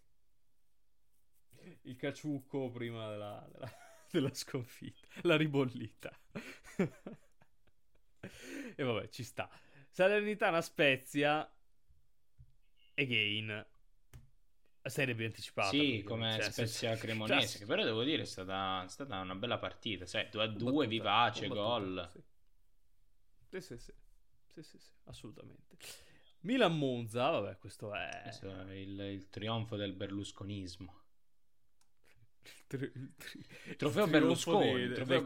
Il caciucco prima della sconfitta, la ribollita. E vabbè, ci sta. Salernitana Spezia, again, serie più anticipata. Sì, come Spezia Cremonese, che però devo dire è stata una bella partita. Sai, 2-2, vivace, gol. Sì, assolutamente. Milan-Monza, vabbè, questo è il trionfo del berlusconismo. Il trofeo Berlusconi. Il trofeo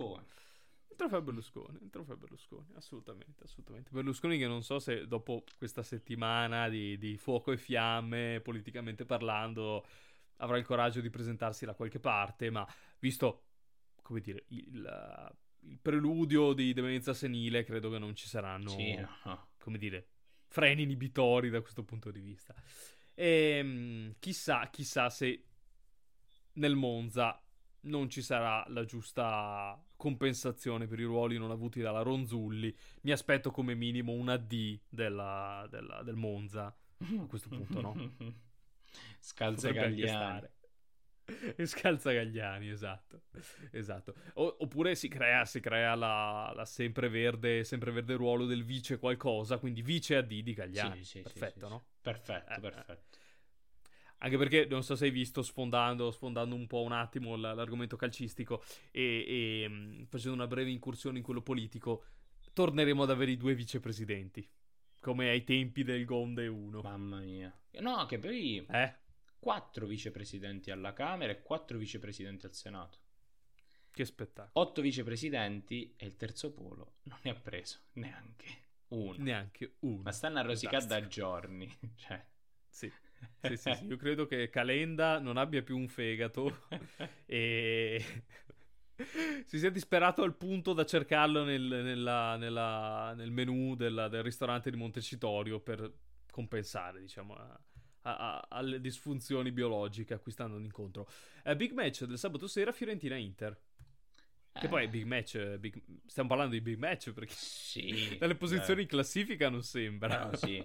Berlusconi, assolutamente. Berlusconi, che non so se dopo questa settimana di fuoco e fiamme, politicamente parlando, avrà il coraggio di presentarsi da qualche parte, ma visto, come dire, il preludio di demenza senile, credo che non ci saranno, come dire, freni inibitori da questo punto di vista. E chissà se nel Monza non ci sarà la giusta compensazione per i ruoli non avuti dalla Ronzulli. Mi aspetto come minimo una D del Monza a questo punto, no? Scalzagagliani. Scalzagagliani, esatto. Oppure si crea la sempreverde ruolo del vice qualcosa, quindi vice AD di Gagliani. Perfetto, sì. no? Perfetto. Anche perché, non so se hai visto, sfondando un po' un attimo l'argomento calcistico e facendo una breve incursione in quello politico, torneremo ad avere i 2 vicepresidenti, come ai tempi del Gonde 1. Mamma mia. No, che poi 4 vicepresidenti alla Camera e 4 vicepresidenti al Senato. Che spettacolo. 8 vicepresidenti e il terzo polo non ne ha preso neanche uno. Ma stanno a rosicare da giorni. Cioè. Sì. Io credo che Calenda non abbia più un fegato e si sia disperato al punto da cercarlo nel menù del ristorante di Montecitorio per compensare, diciamo, alle disfunzioni biologiche a cui sta andando incontro. Big match del sabato sera, Fiorentina-Inter. Che poi big match, stiamo parlando di big match perché dalle posizioni in classifica non sembra. No, sì.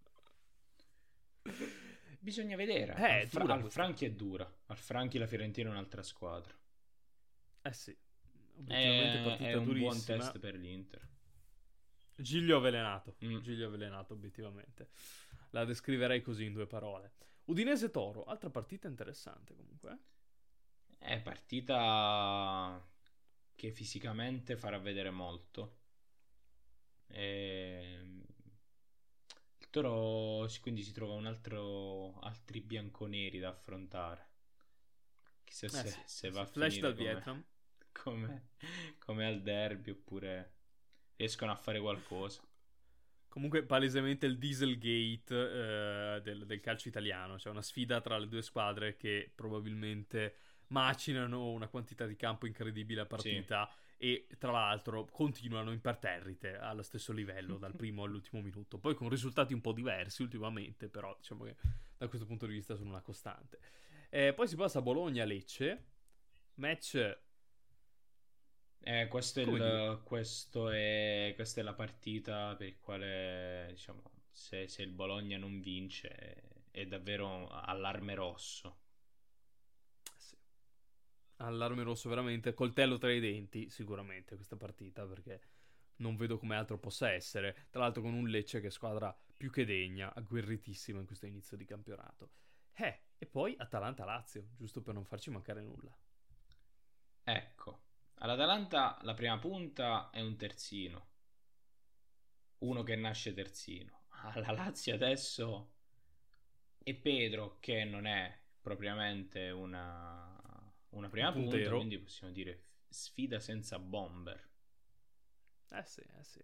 Bisogna vedere. Al Franchi è dura. Al Franchi la Fiorentina è un'altra squadra. Sì. È un durissima. buon test per l'Inter. Giglio avvelenato, obiettivamente. La descriverei così in 2 parole. Udinese-Toro, altra partita interessante comunque. È partita che fisicamente farà vedere molto. Il Toro quindi si trova altri bianconeri da affrontare. Chissà se va a flash finire dal Vietnam come al derby, oppure riescono a fare qualcosa. Comunque palesemente il Dieselgate del calcio italiano, cioè una sfida tra le 2 squadre che probabilmente macinano una quantità di campo incredibile a partita. Sì. E tra l'altro continuano imperterrite allo stesso livello dal primo all'ultimo minuto, poi con risultati un po' diversi ultimamente, però diciamo che da questo punto di vista sono una costante. Poi si passa a Bologna-Lecce, match. Questa è la partita per il quale, diciamo, se il Bologna non vince è davvero allarme rosso. Allarme rosso veramente, coltello tra i denti sicuramente questa partita, perché non vedo come altro possa essere, tra l'altro con un Lecce che è squadra più che degna, agguerritissima in questo inizio di campionato. E poi Atalanta-Lazio, giusto per non farci mancare nulla. Ecco, all'Atalanta la prima punta è un terzino, uno che nasce terzino. Alla Lazio adesso è Pedro, che non è propriamente una una prima punta, puntero. quindi possiamo dire sfida senza bomber. Sì.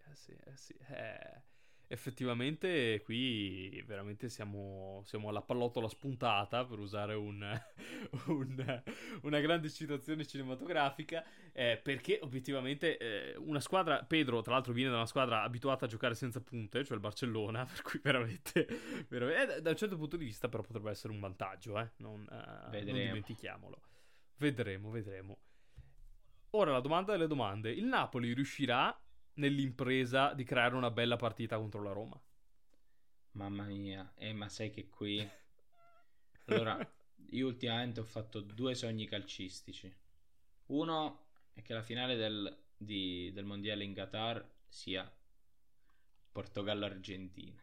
Effettivamente qui veramente siamo alla pallottola spuntata, per usare una grande citazione cinematografica, perché obiettivamente una squadra, Pedro tra l'altro viene da una squadra abituata a giocare senza punte, cioè il Barcellona, per cui veramente da un certo punto di vista però potrebbe essere un vantaggio, non dimentichiamolo. Vedremo. Ora la domanda delle domande: il Napoli riuscirà nell'impresa di creare una bella partita contro la Roma? Mamma mia, ma sai che qui... Allora, io ultimamente ho fatto 2 sogni calcistici. Uno è che la finale del mondiale in Qatar sia Portogallo-Argentina.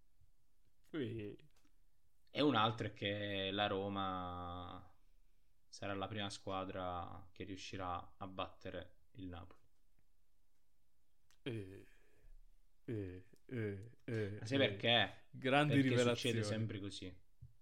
E un altro è che la Roma sarà la prima squadra che riuscirà a battere il Napoli. Ma sai perché? Grandi perché rivelazioni. Succede sempre così.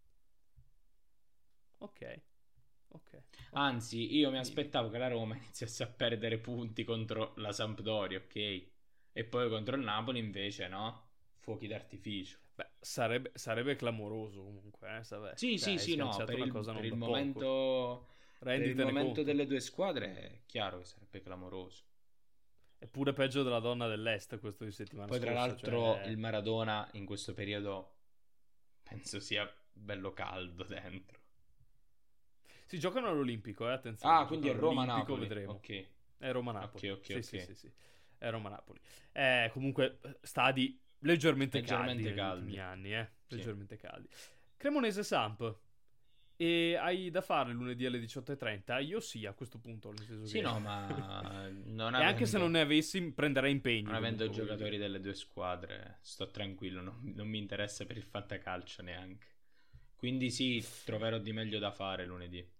Ok. Anzi, io mi aspettavo che la Roma iniziasse a perdere punti contro la Sampdoria, ok? E poi contro il Napoli invece no? Fuochi d'artificio. Beh, sarebbe clamoroso comunque, Sì, no, per il momento delle due squadre è chiaro che sarebbe clamoroso. Eppure peggio della donna dell'Est questo di settimana scorsa. Poi tra l'altro cioè... il Maradona in questo periodo penso sia bello caldo dentro. Si giocano all'Olimpico, attenzione. Quindi è Roma-Napoli. Vedremo. Ok. È Roma-Napoli. Ok. Sì. È Roma-Napoli. Comunque stadi leggermente caldi negli ultimi anni, leggermente caldi. Cremonese-Samp. E hai da fare lunedì alle 18:30? Io sì, a questo punto, nel senso sì, che... no, ma non e anche se non ne avessi prenderei impegno. Non avendo giocatori delle due squadre, sto tranquillo, non mi interessa per il fantacalcio neanche. Quindi sì, troverò di meglio da fare lunedì.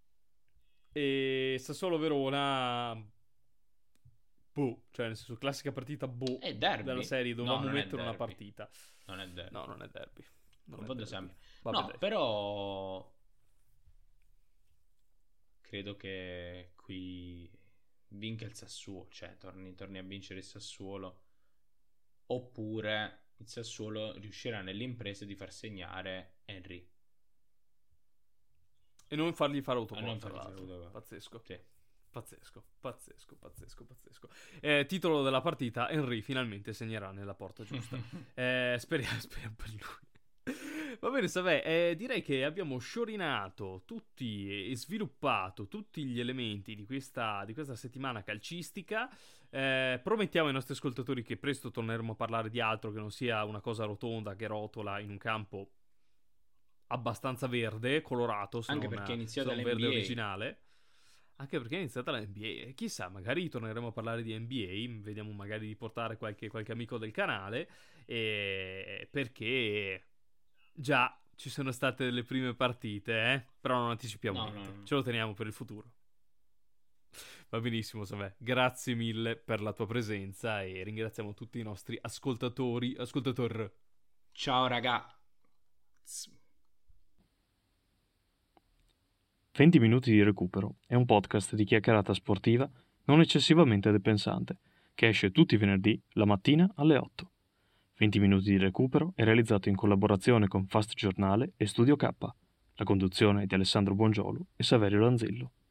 E Sassuolo-Verona, cioè nel senso classica partita è derby della serie, dovevamo mettere una derby. Partita. Non è derby. No, non è derby. Sempre. No, però credo che qui vinca il Sassuolo, cioè torni a vincere il Sassuolo, oppure il Sassuolo riuscirà nell'impresa di far segnare Henry e non fargli fare autogol. Pazzesco. Sì. Pazzesco. Titolo della partita: Henry finalmente segnerà nella porta giusta. Speriamo per lui. Va bene, direi che abbiamo sciorinato tutti e sviluppato tutti gli elementi di questa settimana calcistica. Promettiamo ai nostri ascoltatori che presto torneremo a parlare di altro che non sia una cosa rotonda che rotola in un campo abbastanza verde, colorato, anche perché è iniziata l'NBA. Verde originale. Anche perché è iniziata la NBA. Chissà, magari torneremo a parlare di NBA. Vediamo magari di portare qualche amico del canale. Perché già ci sono state le prime partite, però non anticipiamo niente. No. Ce lo teniamo per il futuro. Va benissimo, Samè. Grazie mille per la tua presenza e ringraziamo tutti i nostri ascoltatori. Ciao raga. 20 minuti di recupero è un podcast di chiacchierata sportiva non eccessivamente depensante, che esce tutti i venerdì la mattina alle 8. 20 minuti di recupero è realizzato in collaborazione con Fast Giornale e Studio K. La conduzione è di Alessandro Bongiolo e Saverio Lanzello.